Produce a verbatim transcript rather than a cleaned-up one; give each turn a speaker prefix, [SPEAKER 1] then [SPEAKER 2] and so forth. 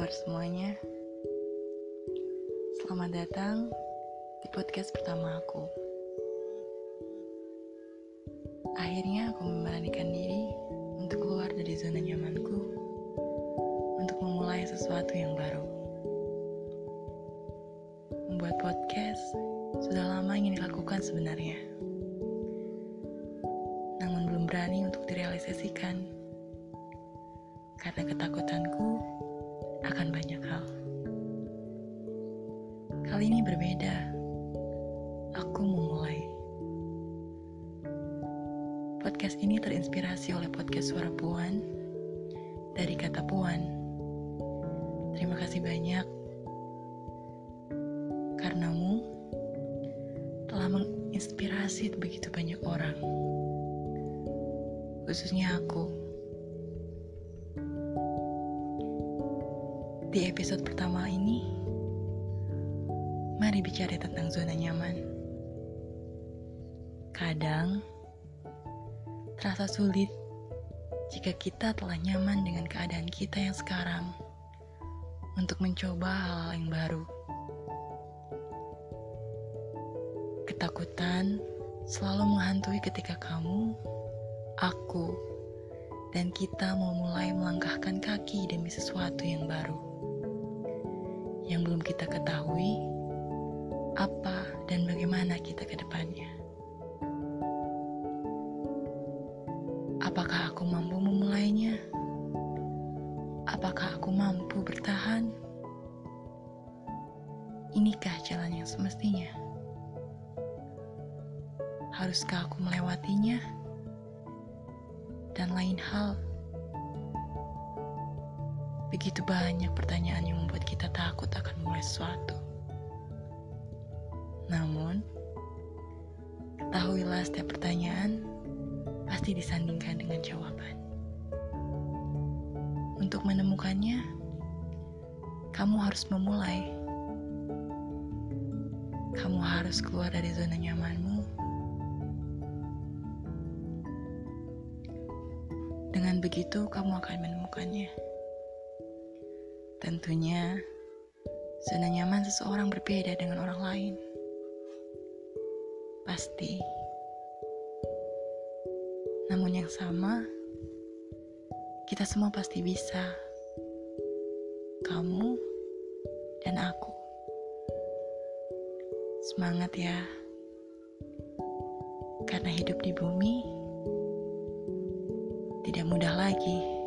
[SPEAKER 1] kabar semuanya? Selamat datang di podcast pertama aku. Akhirnya aku memberanikan diri untuk keluar dari zona nyamanku, untuk memulai sesuatu yang baru. Membuat podcast sudah lama ingin dilakukan sebenarnya, namun belum berani untuk direalisasikan karena ketakutanku akan banyak hal. Kali ini berbeda. Aku memulai. Podcast ini terinspirasi oleh podcast Suara Puan dari kata Puan. Terima kasih banyak karenamu telah menginspirasi begitu banyak orang, khususnya aku. Di episode pertama ini, mari bicara tentang zona nyaman. Kadang, terasa sulit jika kita telah nyaman dengan keadaan kita yang sekarang untuk mencoba hal-hal yang baru. Ketakutan selalu menghantui ketika kamu, aku, dan kita mau mulai melangkahkan kaki demi sesuatu yang baru, yang belum kita ketahui apa dan bagaimana kita ke depannya. Apakah aku mampu memulainya? Apakah aku mampu bertahan? Inikah jalan yang semestinya? Haruskah aku melewatinya? Dan lain hal. Begitu banyak pertanyaan yang membuat kita takut akan mulai sesuatu. Namun, ketahuilah setiap pertanyaan pasti disandingkan dengan jawaban. Untuk menemukannya, kamu harus memulai. Kamu harus keluar dari zona nyamanmu. Dengan begitu, kamu akan menemukannya. Tentunya, zona nyaman seseorang berbeda dengan orang lain. Pasti. Namun yang sama, kita semua pasti bisa. Kamu dan aku. Semangat ya. Karena hidup di bumi tidak mudah lagi.